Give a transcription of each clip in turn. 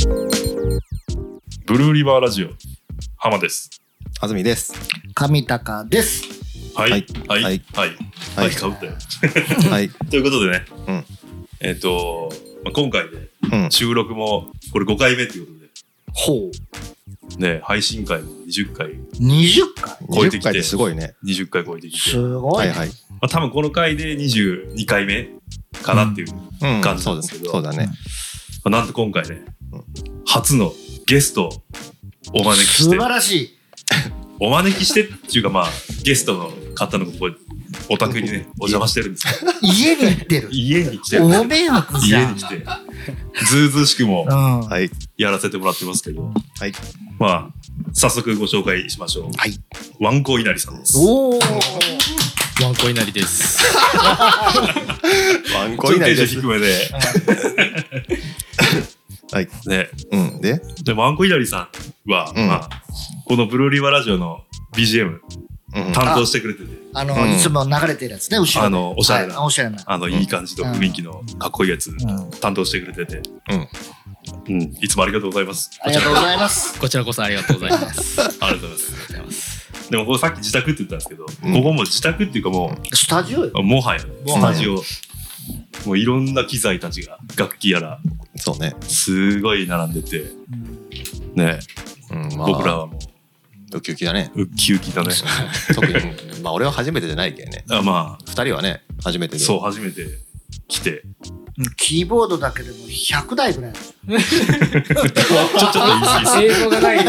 ブルーリバーラジオ浜です。 安住です。 上高です。 はいはいはいはいはいかぶったよはいということでね、今回で収録もこれ5回目ということで、 ほうね、配信回も20回超えてきて、20回ってすごいね。 20回超えてきて、 すごい、 はいはい。 多分この回で22回目かなっていう感じなんですけど、 そうだね。 なんと今回ね、初のゲストをお招きして、 素晴らしいお招きしてっていうかゲストの方のここお宅にねお邪魔してるんですけど、 家に行ってる家に来てる、 お迷惑じゃん。 家に来てずうずうしくもはいやらせてもらってますけど、 はい、 早速ご紹介しましょう。 はい、 わんこいなりさんです。 おー、 わんこいなりです。 わんこいなりです。 低めではいね、 でわんこいなりさんは、このブルーリバーラジオの BGM 担当してくれてて、 いつも流れてるやつね、後ろでおしゃれな、 おしゃれな、 いい感じの雰囲気のかっこいいやつ担当してくれてて、いつもありがとうございます。 ありがとうございます。 こちらこそありがとうございます。 ありがとうございます。でもこれさっき自宅って言ったんですけど、ここも自宅っていうかもうスタジオよ。 もはやスタジオ、もういろんな機材たちが楽器やらそうね、 すごい並んでてね、僕らはもうウキウキだね。 ウキウキだね。 特に俺は初めてじゃないけどね。2人はね初めてで。 そう、初めて来て、 キーボードだけでも100台ぐらい。 ちょっと言い過ぎです。 映像がないの。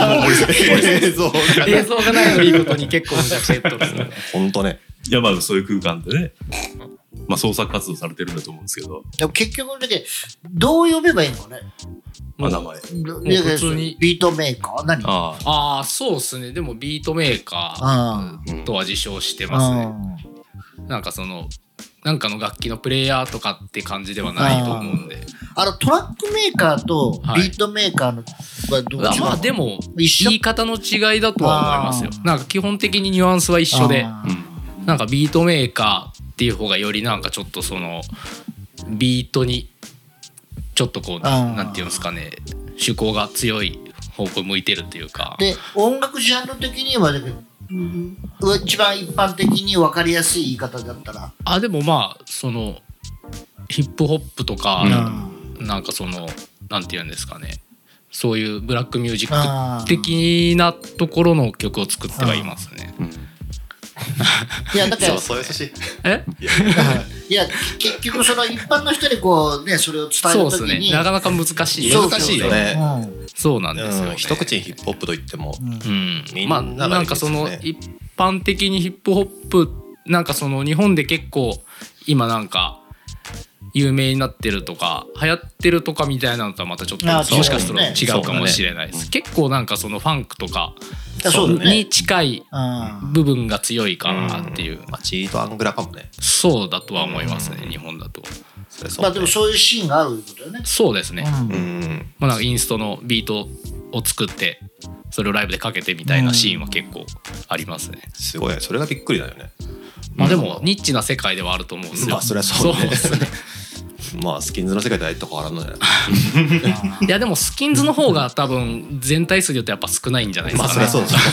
映像がないのいいことに結構むちゃくちゃ言っとる。 本当ね。 いやそういう空間でね、創作活動されてるんだと思うんですけど。 でも結局だけどう呼べばいいのかね。 名前。 普通にビートメーカー何？ ああ、そうですね。でもビートメーカーとは自称してますね。なんかなんかの楽器のプレイヤーとかって感じではないと思うんで。 トラックメーカーとビートメーカーのはどう違うの？ でも言い方の違いだとは思いますよ。なんか基本的にニュアンスは一緒で、なんかビートメーカーっていう方がよりなんかちょっとビートにちょっとなんていうんですかね、趣向が強い方向向いてるというか。 で、音楽ジャンル的には一番一般的に分かりやすい言い方だったら、 でもヒップホップとか、なんかなんていうんですかね、そういうブラックミュージック的なところの曲を作ってはいますね。 いやだからそう優しい。 いや結局一般の人にそれを伝えるときに、 そうですね、なかなか難しいよね。 そうなんですよね。 一口にヒップホップと言っても、 なんか一般的にヒップホップ、なんか日本で結構今なんか有名になってるとか流行ってるとかみたいなのとはまたちょっともしかしたら違うかもしれないです。結構なんかファンクとかに近い部分が強いかなっていう。 チートアングラかもね。 そうだとは思いますね、日本だと。 でもそういうシーンがあることだよね。 そうですね。なんかインストのビートを作ってそれをライブでかけてみたいなシーンは結構ありますね。 すごい、それがびっくりだよね。 でもニッチな世界ではあると思うんですよ。 それはそうですね。スキンズの世界では変わらない。 いやでもスキンズの方が多分全体数で言うとやっぱ少ないんじゃないですかね。 それはそうです。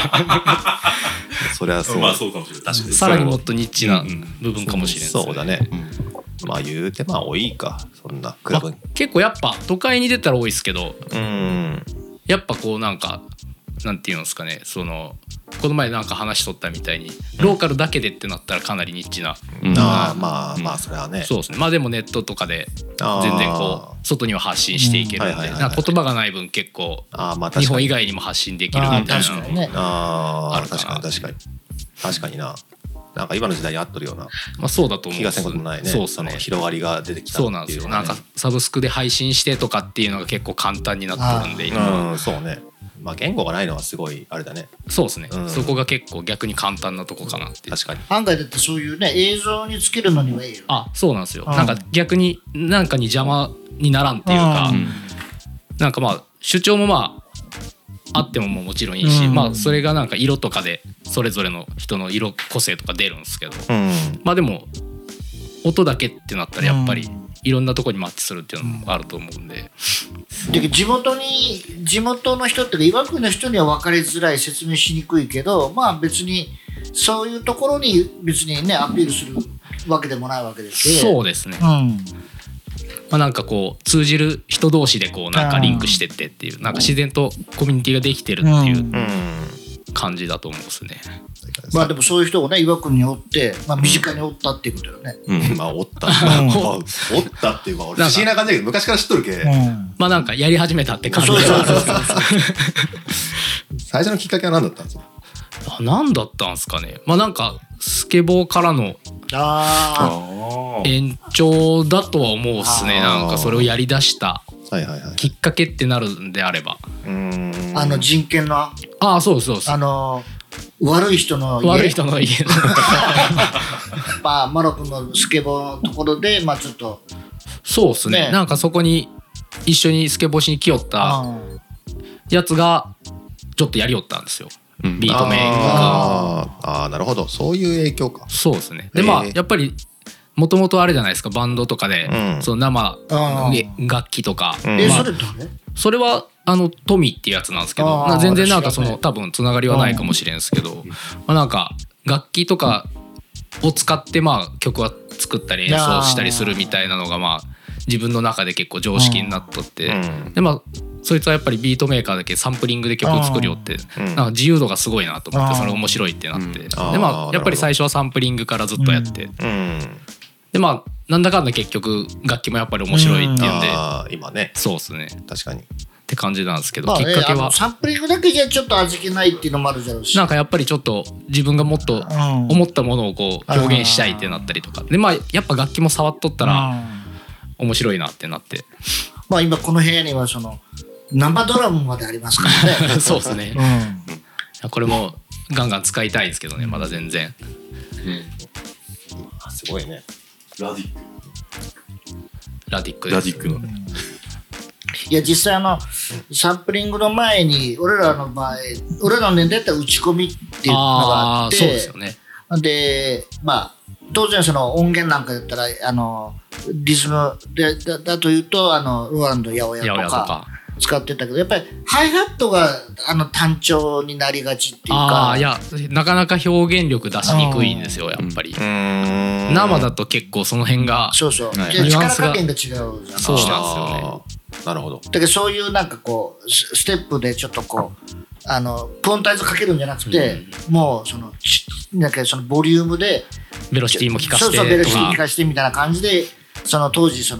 それはそう。 そうかもしれない。確かに。 さらにもっとニッチな部分かもしれないですね。 そうだね。言うて多いか、そんなクラブ。 結構やっぱ都会に出たら多いですけど、やっぱなんかなんていうんですかね、この前なんか話しとったみたいにローカルだけでってなったらかなりニッチな。 それはね。 そうですね。でもネットとかで全然外には発信していけるんで、言葉がない分結構日本以外にも発信できるみたいなのがあるかな。 確かにな。なんか今の時代に合っとるような。 そうだと思う。 気がせんこともないね。 そうですね。 広がりが出てきた。 そうなんですよ。なんかサブスクで配信してとかっていうのが結構簡単になってるんで今。 そうね。言語がないのはすごいあれだね。 そうですね。そこが結構逆に簡単なとこかなって。 確かに。 案外だってそういうね、映像につけるのにはいいよ。 そうなんですよ。なんか逆になんかに邪魔にならんっていうか、なんか主張もあってももちろんいいし、それがなんか色とかでそれぞれの人の色個性とか出るんですけど、でも音だけってなったらやっぱりいろんなとこにマッチするっていうのもあると思うんで、 で地元の人っていうか岩国の人には分かりづらい、説明しにくいけど、まあ別にそういうところに別にねアピールするわけでもないわけですし、 そうですね、まあ、なんかこう通じる人同士でこうなんかリンクしてってっていう、なんか自然とコミュニティができてるっていう感じだと思うんですね。 まあでもそういう人がね岩国におって、まあ、身近におったっていうことだよね。 まあおったおったっていうか俺不思議な感じだけど昔から知っとるけ、 まあなんかやり始めたって感じで最初のきっかけは何だったんですか？ 何だったんですかね。まあなんかスケボーからの延長だとは思うっすね。なんかそれをやりだしたきっかけってなるんであれば、 人権のそう悪い人の家まあマロ君のスケボーのところでまあちょっとそうっすね、なんかそこに一緒にスケボーしに来よったやつがちょっとやりよったんですよ、ビートメーカー。 なるほど、そういう影響か。 そうですね。でまあやっぱりもともとあれじゃないですか、バンドとかで、その生楽器とか、それはトミっていうやつなんですけど、全然なんかその多分つながりはないかもしれんですけど、まあなんか楽器とかを使ってまあ曲は作ったり演奏したりするみたいなのがまあ自分の中で結構常識になっとって、でまあそいつはやっぱりビートメーカーだけサンプリングで曲を作るよってなんか自由度がすごいなと思って、それ面白いってなって、でまあやっぱり最初はサンプリングからずっとやって、でまあなんだかんだ結局楽器もやっぱり面白いっていうんで、 今ねそうですね、 確かにって感じなんですけど、きっかけはサンプリングだけじゃちょっと味気ないっていうのもあるじゃろうし、 なんかやっぱりちょっと自分がもっと思ったものをこう表現したいってなったりとかで、まあやっぱ楽器も触っとったら面白いなってなって、 まあ今この部屋にはその生ドラムまでありますからねそうですね、これもガンガン使いたいですけどね、まだ全然、 すごいね。 ラディックのね、 いや実際サンプリングの前に俺らの年代だったら打ち込みっていうのがあって、 そうですよね。 でまあ当然その音源なんかだったらリズムだというとローランド八百屋とか使ってたけど、やっぱりハイハットが単調になりがちっていうか、 いやなかなか表現力出しにくいんですよ、やっぱり。生だと結構その辺がそう力加減が違うじゃん。 そうなんですよね。 なるほど。 だけどそういうなんかこうステップでちょっとこうクオンタイズかけるんじゃなくて、もうなんかそのボリュームでベロシティも聞かせてとか、 ベロシティ聞かせてみたいな感じで、その当時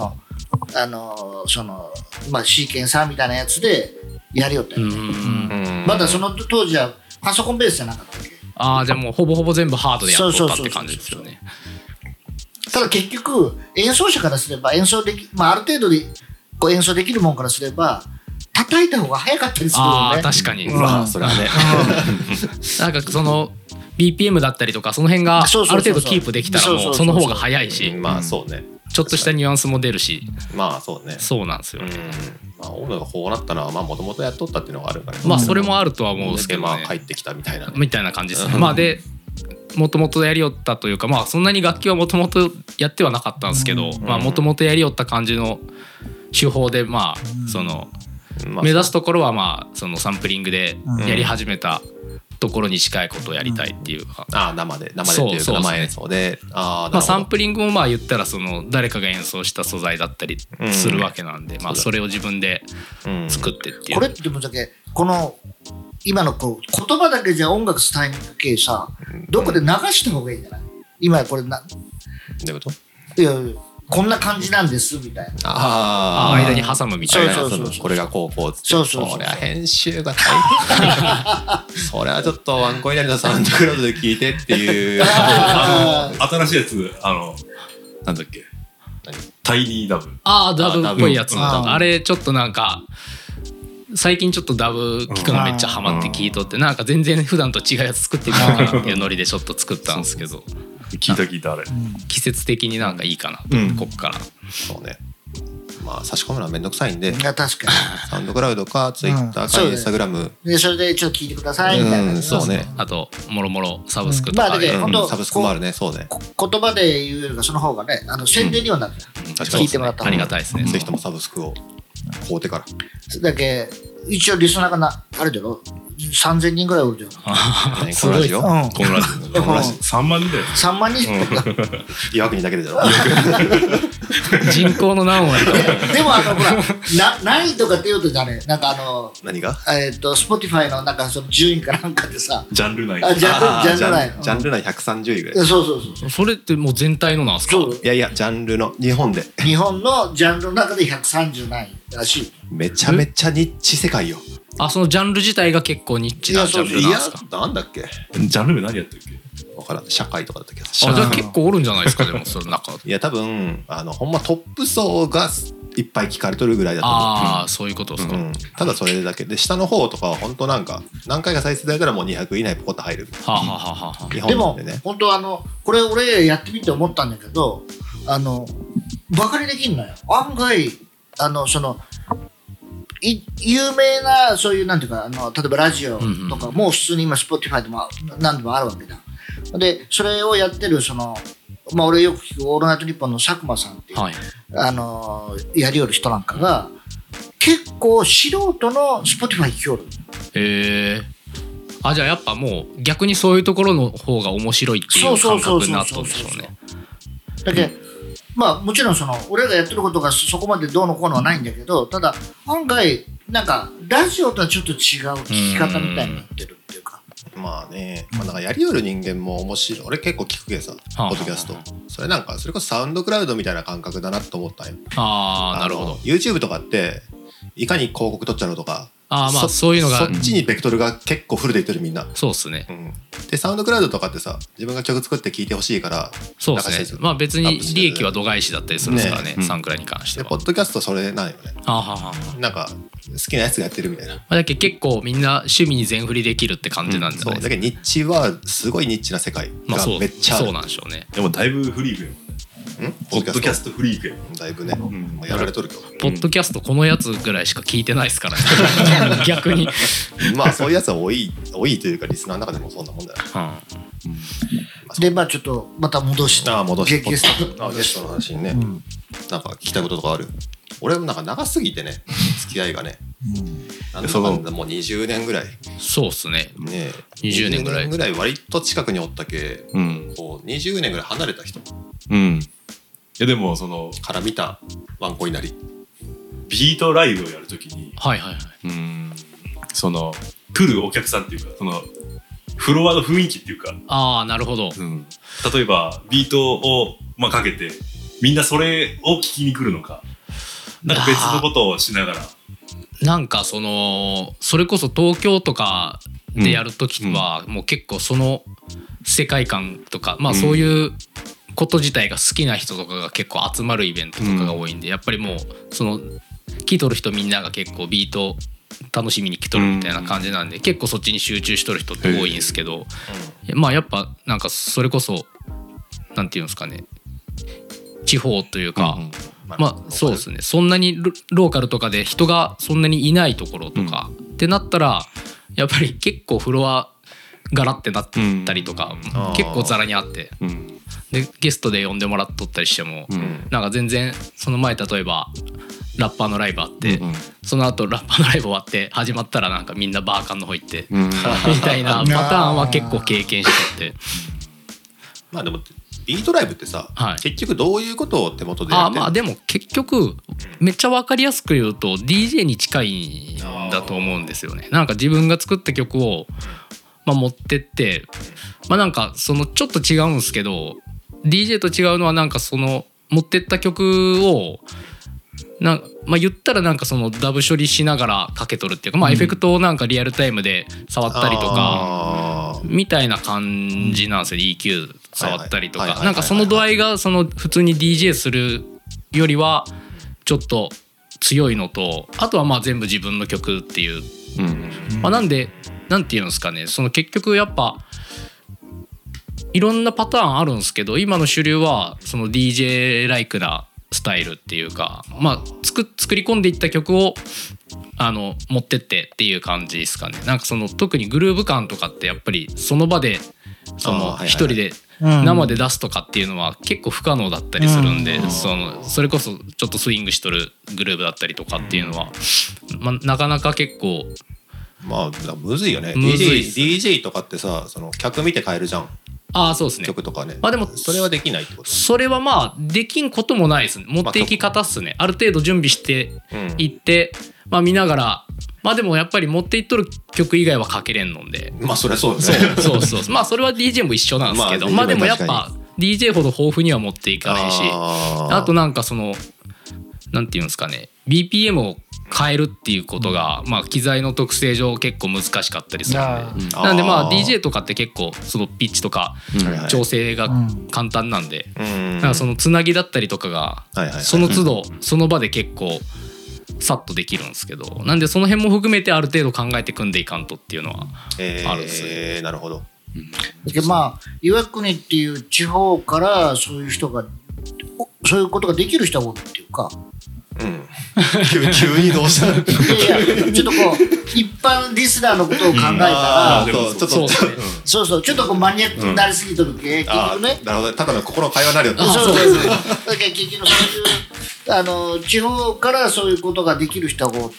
まあシーケンサーみたいなやつでやりよったよね。まだその当時はパソコンベースじゃなかったっけ？ じゃあもうほぼほぼ全部ハードでやっとったって感じですよね。 ただ結局演奏者からすればまあある程度でこう演奏できるもんからすれば叩いた方が早かったりするよね。 確かに。 まあそれはね。 なんかその BPM だったりとかその辺がある程度キープできたらもうその方が早いし、 まあそうね。 ちょっとしたニュアンスも出るし、 まあそうね。そうなんですよね。 まあ音楽がこうなったのはまあもともとやっとったっていうのがあるからね。 まあそれもあるとは思うんですけどね。 まあ帰ってきたみたいな感じですね。まあでもともとやりよったというか、まあそんなに楽器はもともとやってはなかったんですけど、まあもともとやりよった感じの手法でまあその目指すところはまあそのサンプリングでやり始めたところに近いことをやりたいっていうか、 生でっていうか生演奏で、 まあサンプリングもまあ言ったらその誰かが演奏した素材だったりするわけなんで、まあそれを自分で作ってっていう。 これってでもだけこの今のこう言葉だけじゃ音楽伝えにくけさ、どこで流した方がいいんじゃない？今これどういうこと？ いやこんな感じなんですみたいな。間に挟むみたいな。 これがこうって。 それは編集が大変。それはちょっとワンコイナリのサウンドクラウドで聞いてっていう。 新しいやつなんだっけ？タイニーダブ。 ダブっぽいやつ。あれちょっとなんか。最近ちょっとダブ聞くのめっちゃハマって聞いとって、なんか全然普段と違うやつ作ってみようかなっていうノリでちょっと作ったんですけど、 聞いたあれ、 季節的になんかいいかなと、こっからそうね。まあ差し込むのはめんどくさいんで、 確かにサウンドクラウドかツイッターかインスタグラムでそれでちょっと聞いてくださいみたいな。 そうね。 あともろもろサブスクとかで、 サブスクもあるね。そうね。 言葉で言うよりかその方がね宣伝にはなる。 聞いてもらった方がありがたいですね。 ぜひともサブスクを買うてから。 だけ一応リスナーがあれだろ3000人ぐらいおるじゃん。 このラジオ、 うん、 このラジオ3万人だよ。 3万人岩国だけでだろ。 人口の何割か。 でもほら何位とかって言うとじゃね、なんか何が Spotify のなんかその順位かなんかでさ、 ジャンル内ジャンル内ジャンル内130位ぐらい。 そうそれってもう全体のなんすか？ そういやジャンルの日本で日本のジャンルの中で130何位らしい。 めちゃめちゃニッチ世界よ。 そのジャンル自体が結構ニッチなジャンルなんですか？ なんだっけ、 ジャンル名何やったっけ？ 分からん。社会とかだったけど。 じゃあ結構おるんじゃないですか？でもその中いや多分ほんまトップ層がいっぱい聞かれとるぐらいだと思う。 そういうことですか。 ただそれだけで下の方とかは本当なんか何回か再生されたらもう200以内ポコッと入る。日でも本でね。 本当これ俺やってみて思ったんだけどバカにできんのよ。案外その有名なそういうなんていうか例えばラジオとかも普通に今 Spotify でも何でもあるわけだ。でそれをやってる俺よく聞くオールナイトニッポンの佐久間さんっていう、はい、やりよる人なんかが結構素人の Spotify 聞きよる。 じゃあやっぱもう逆にそういうところの方が面白いっていう感覚になったんでしょうね。 だけどもちろん俺がやってることがそこまでどうのこうのはないんだけど、ただ案外なんかラジオとはちょっと違う聞き方みたいになってるっていうか。 まあね、なんかやりよる人間も面白い。俺結構聞くけどさ、ポッドキャスト。それなんかそれこそサウンドクラウドみたいな感覚だなと思ったんよ。 なるほど。 YouTube とかっていかに広告取っちゃうのとか。 そういうのがそっちにベクトルが結構フルでいってるみんな。 そうっすね。 でサウンドクラウドとかってさ、自分が曲作って聴いてほしいからそうですね。別に利益は度外視だったりするんですからね、サンクラに関しては。 ポッドキャストそれなんよね。なんか好きなやつがやってるみたいな。 だけど結構みんな趣味に全振りできるって感じなんじゃないですか。 だけどニッチはすごいニッチな世界がめっちゃそうなんでしょうね。 でもだいぶフリークよ。ポッドキャストフリークや。 だいぶね、やられとるけど。 ポッドキャストこのやつぐらいしか聞いてないですからね。逆に。 そういうやつは多いというかリスナーの中でもそんなもんだよ。 でちょっとまた戻してゲストの話にね、なんか聞きたいこととかある？俺もなんか長すぎてね、付き合いがね、なんだかんだもう20年ぐらい。 そうっすね。20年ぐらい割と近くにおったけ、こう20年ぐらい離れた人。 いやでもから見たワンコイナリビートライブをやるときに、来るお客さんっていうかフロアの雰囲気っていうか、 なるほど。 例えばビートをかけてみんなそれを聞きに来るのか、なんか別のことをしながら、 なんかそれこそ東京とかでやるときはもう結構その世界観とかそういうこと自体が好きな人とかが結構集まるイベントとかが多いんで、やっぱりもう来とる人みんなが結構ビート楽しみに来とるみたいな感じなんで、結構そっちに集中しとる人って多いんですけど、やっぱなんかそれこそなんていうんですかね、地方というか、そうですね、そんなにローカルとかで人がそんなにいないところとかってなったら、やっぱり結構フロア柄ってなったりとか結構ザラにあって、でゲストで呼んでもらっとったりしても、なんか全然その前例えばラッパーのライブあって、その後ラッパーのライブ終わって始まったらなんかみんなバーカンの方行って、みたいなパターンは結構経験してて。 でもビートライブってさ、結局どういうことを手元でやってるの？ でも結局めっちゃ分かりやすく言うと DJ に近いんだと思うんですよね。なんか自分が作った曲を持ってって、なんかちょっと違うんですけど、 DJ と違うのはなんか持ってった曲を言ったらなんかダブ処理しながらかけとるっていうか、エフェクトをなんかリアルタイムで触ったりとかみたいな感じなんですよ。 EQ 触ったりとか、なんかその度合いが普通に DJ するよりはちょっと強いのと、あとは全部自分の曲っていう、なんでなんていうんですかね、結局やっぱいろんなパターンあるんですけど、今の主流はDJ ライクなスタイルっていうか、作り込んでいった曲を持ってってっていう感じですかね。なんか特にグルーヴ感とかってやっぱりその場でその一人で生で出すとかっていうのは結構不可能だったりするんで、それこそちょっとスイングしとるグループだったりとかっていうのは、なかなか結構まあむずいよね。 むずい DJ とかってさ、その客見て変えるじゃん。 そうですね。 曲とかね。 まあでもそれはできないってこと。 それはまあできんこともないですね。持っていき方っすね。ある程度準備していって、まあ見ながら、まあでもやっぱり持っていっとる曲以外はかけれんので。 まあそりゃそうですね。 そう。まあそれは DJ も一緒なんですけど、まあでもやっぱ DJ ほど豊富には持っていかないし、あとなんかそのなんていうんですかね、BPM を変えるっていうことが、まあ機材の特性上結構難しかったりするんで、なんでまあ DJ とかって結構そのピッチとか調整が簡単なんで、だからそのつなぎだったりとかがその都度その場で結構さっとできるんですけど、なんでその辺も含めてある程度考えて組んでいかんとっていうのはあるんですね。 なるほど。 でまあ岩国っていう地方からそういう人がそういうことができる人がおるっていうか。 急にどうしたの？ いやちょっとこう一般リスナーのことを考えたら、そうちょっとこうマニアックになりすぎとるけ、結局ね。 なるほど、ただの心の会話になるよね。 そうだから結局そういう地方からそういうことができる人がおって、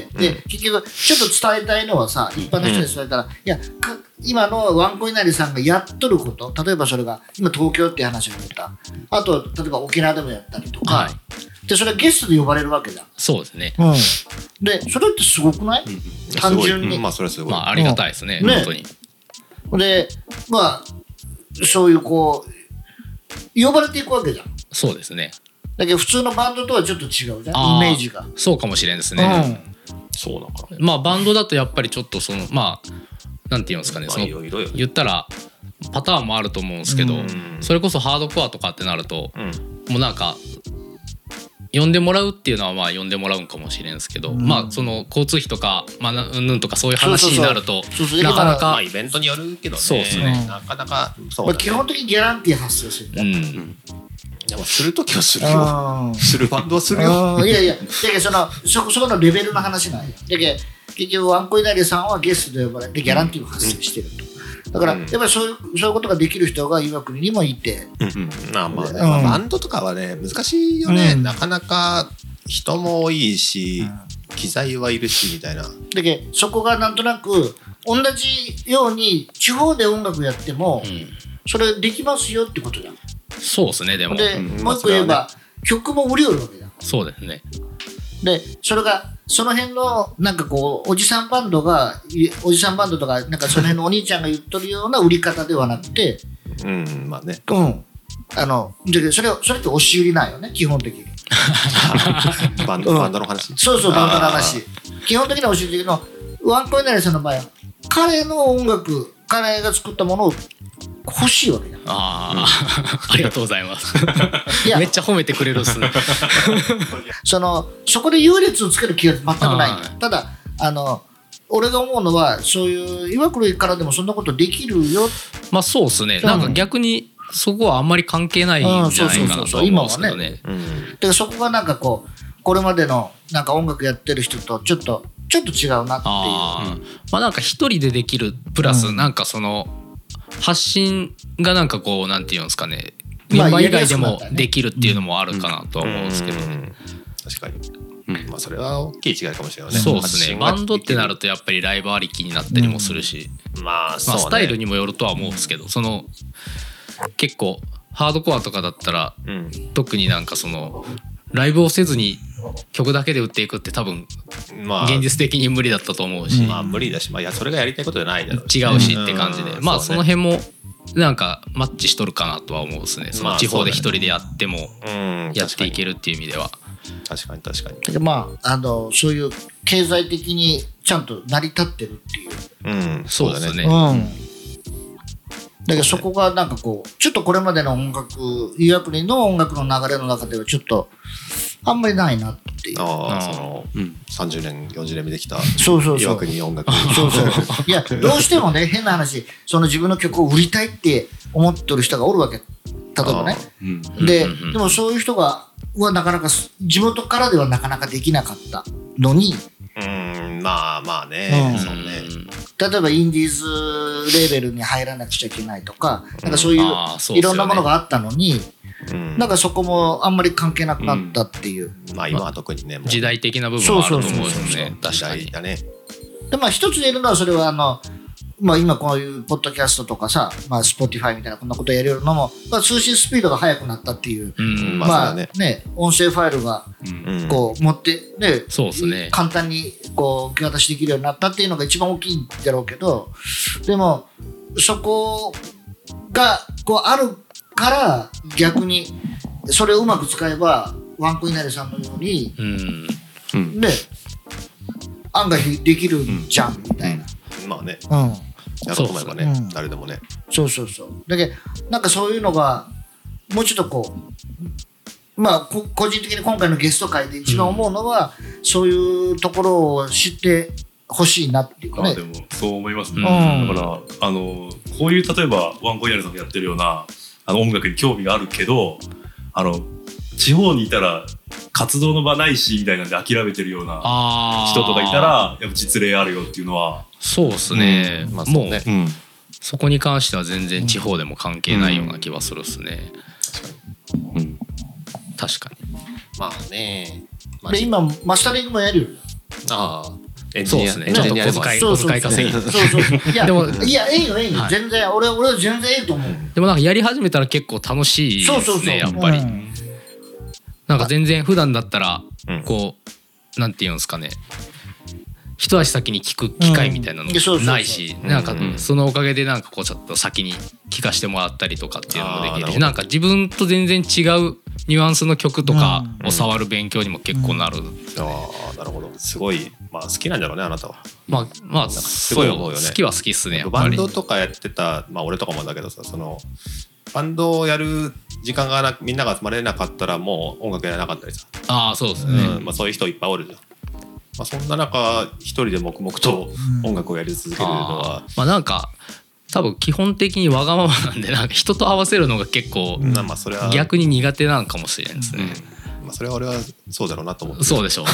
で結局ちょっと伝えたいのはさ、一般の人に伝えたら、いや今のワンコイナリさんがやっとること、例えばそれが今東京っていう話が出た、あと例えば沖縄でもやったりとか、でそれはゲストで呼ばれるわけじゃん。 そうですね。 でそれってすごくない？単純に。 まあそれはすごい。 まあありがたいですね。本当に。 でまあそういうこう呼ばれていくわけじゃん。 そうですね。 だけど普通のバンドとはちょっと違うじゃん、イメージが。 そうかもしれんですね。 そうなんか。 まあバンドだとやっぱりちょっとそのまあなんていうんですかね、その言ったらパターンもあると思うんですけど、それこそハードコアとかってなると、もうなんか呼んでもらうっていうのはまあ呼んでもらうんかもしれんですけど、まあその交通費とかまあうんぬんとかそういう話になるとなかなかイベントによるけどね。 そうですね。 なかなかそうだね。基本的にギャランティー発生するんだ。 でもするときはするよ。するバンドはするよ。 いやだけどそこのレベルの話なんや。だけど結局ワンコイナリさんはゲストで呼ばれてギャランティーも発生してると。だからやっぱりそういうことができる人が岩国にもいて、 バンドとかはね難しいよね。なかなか人も多いし、機材はいるしみたいな。だけどそこがなんとなく同じように地方で音楽やっても、それできますよってことじゃん。 そうですね。でももう一個言えば、曲も売りよるわけじゃん。 そうですね。 でそれがその辺のなんかこうおじさんバンドとかなんかその辺のお兄ちゃんが言っとるような売り方ではなくて、 まあね。 それって押し売りなんよね、基本的に。 バンドの話。 そうバンドの話。基本的には押し売りのワンコイナリさんの場合は彼の音楽、彼が作ったものを欲しいわけだ。 ありがとうございます。めっちゃ褒めてくれるっすね。 そこで優劣をつける気が全くない。ただ俺が思うのはそういう岩国からでもそんなことできるよ。 まあそうですね。なんか逆にそこはあんまり関係ないんじゃないかなと思うんですけどね。 でそこがなんかこれまでのなんか音楽やってる人とちょっと違うなっていう。 まあなんか一人でできるプラスなんかその発信がなんかこうなんていうんですかね、メンバー以外でもできるっていうのもあるかなとは思うんですけどね。 確かに。まあそれは大きい違いかもしれないね。 そうですね。バンドってなるとやっぱりライブありきになったりもするし、まあスタイルにもよるとは思うんですけど、その結構ハードコアとかだったら特になんかそのライブをせずに曲だけで売っていくって多分現実的に無理だったと思うし、 まあ無理だし、それがやりたいことじゃないだろうし、 違うしって感じで、まあその辺もなんかマッチしとるかなとは思うですね。その地方で一人でやってもやっていけるっていう意味では。 確かに。 そういう経済的にちゃんと成り立ってるっていう。 そうですね。 だけどそこがなんかこうちょっとこれまでの音楽、岩国の音楽の流れの中ではちょっとあんまりないなっていう。 その30年40年見てきた岩国音楽。 いやどうしてもね、変な話、その自分の曲を売りたいって思ってる人がおるわけ。例えばね。でもそういう人はなかなか地元からではなかなかできなかったのに。 まあね。 例えばインディーズレーベルに入らなくちゃいけないとか、なんかそういういろんなものがあったのに、なんかそこもあんまり関係なくなったっていう。 まあ今は特にね、 時代的な部分はあると思うんですね。 確かにだね。 でまあ一つ言えるのはそれはまあ今こういうポッドキャストとかさ、まあ Spotify みたいなこんなことやれるのも、まあ、通信スピードが速くなったっていう、まあね、音声ファイルがこう持ってね、 そうですね、 簡単にこう受け渡しできるようになったっていうのが一番大きいんだろうけど、でもそこがこうあるから逆にそれをうまく使えばワンコイナリさんのように、ね、案外できるじゃんみたいな。 まあね。やろうと思えばね、誰でもね。 そうだけどなんかそういうのがもうちょっとこう、まあ個人的に今回のゲスト会で一番思うのは、そういうところを知ってほしいなっていうかね。 でもそう思いますね。だからこういう例えばワンコイナリさんがやってるような音楽に興味があるけど地方にいたら活動の場ないしみたいなんで諦めてるような人とかいたらやっぱ実例あるよっていうのは。 そうですね、もうそこに関しては全然地方でも関係ないような気はするっすね。確かに。 まあね。 で今マスタリングもやるよ。 エンジニアね。 ちょっと小遣い稼ぎ。 いやでもいやええよ全然俺は全然ええと思う。 でもなんかやり始めたら結構楽しいですねやっぱり。なんか全然普段だったらこうなんていうんですかね。一足先に聞く機会みたいなのないし、なんかそのおかげでなんかこうちょっと先に聞かせてもらったりとかっていうのもできるし、なんか自分と全然違うニュアンスの曲とかを触る勉強にも結構なる。 なるほど。すごいまあ好きなんだろうねあなたは。 まあすごい思うよね。好きは好きっすね。 バンドとかやってたまあ俺とかもだけどさ、そのバンドをやる時間がみんなが集まれなかったらもう音楽やらなかったりさ。 そうですね。 まあそういう人いっぱいおるじゃん。まあ、そんな中一人で黙々と音楽をやり続けるのは、 まあなんか多分基本的にわがままなんでなんか人と合わせるのが結構逆に苦手なのかもしれないですね。 まあそれは俺はそうだろうなと思って。 そうでしょう。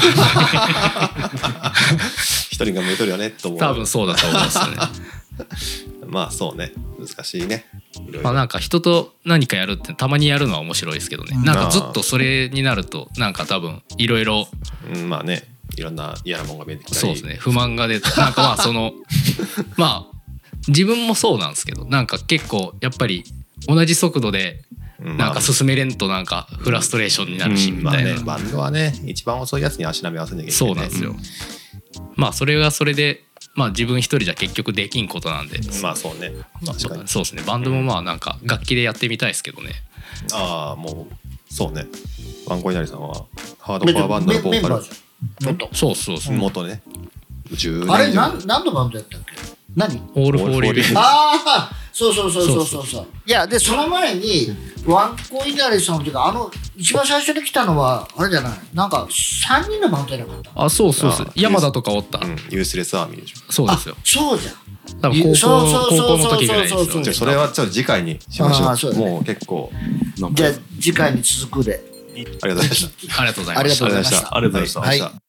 一人が向いとるよねと思う。 多分そうだと思いますね。 まあそうね、難しいね。 まあなんか人と何かやるってたまにやるのは面白いですけどね。なんかずっとそれになるとなんか多分いろいろまあね。いろんな嫌なものが見えてきたり、 そうですね、不満が出てなんかまあそのまあ自分もそうなんですけどなんか結構やっぱり同じ速度でなんか進めれんとなんかフラストレーションになるしみたいな、 バンドはね一番遅いやつに足並み合わせなきゃいけない、 そうなんですよ。まあそれがそれでまあ自分一人じゃ結局できんことなんで、 まあそうね、 そうですね。バンドもまあなんか楽器でやってみたいですけどね。 もうそうね、ワンコイナリさんはハードコアバンドのボーカルそう元ね。 あれ何のバンドやったっけ？何？ オールフォーリビン。 そういやでその前にワンコイナリさんっていうか一番最初に来たのはあれじゃない？なんか3人のバンドじゃなかった？ そう山田とかおった。 ユースレスアーミーでしょ。 そうですよ。 そうじゃん。 多分高校の時ぐらいですよ。 じゃあそれはちょっと次回にしましょう。もう結構。 じゃあ次回に続くで。 ありがとうございました。 ありがとうございました。 ありがとうございました。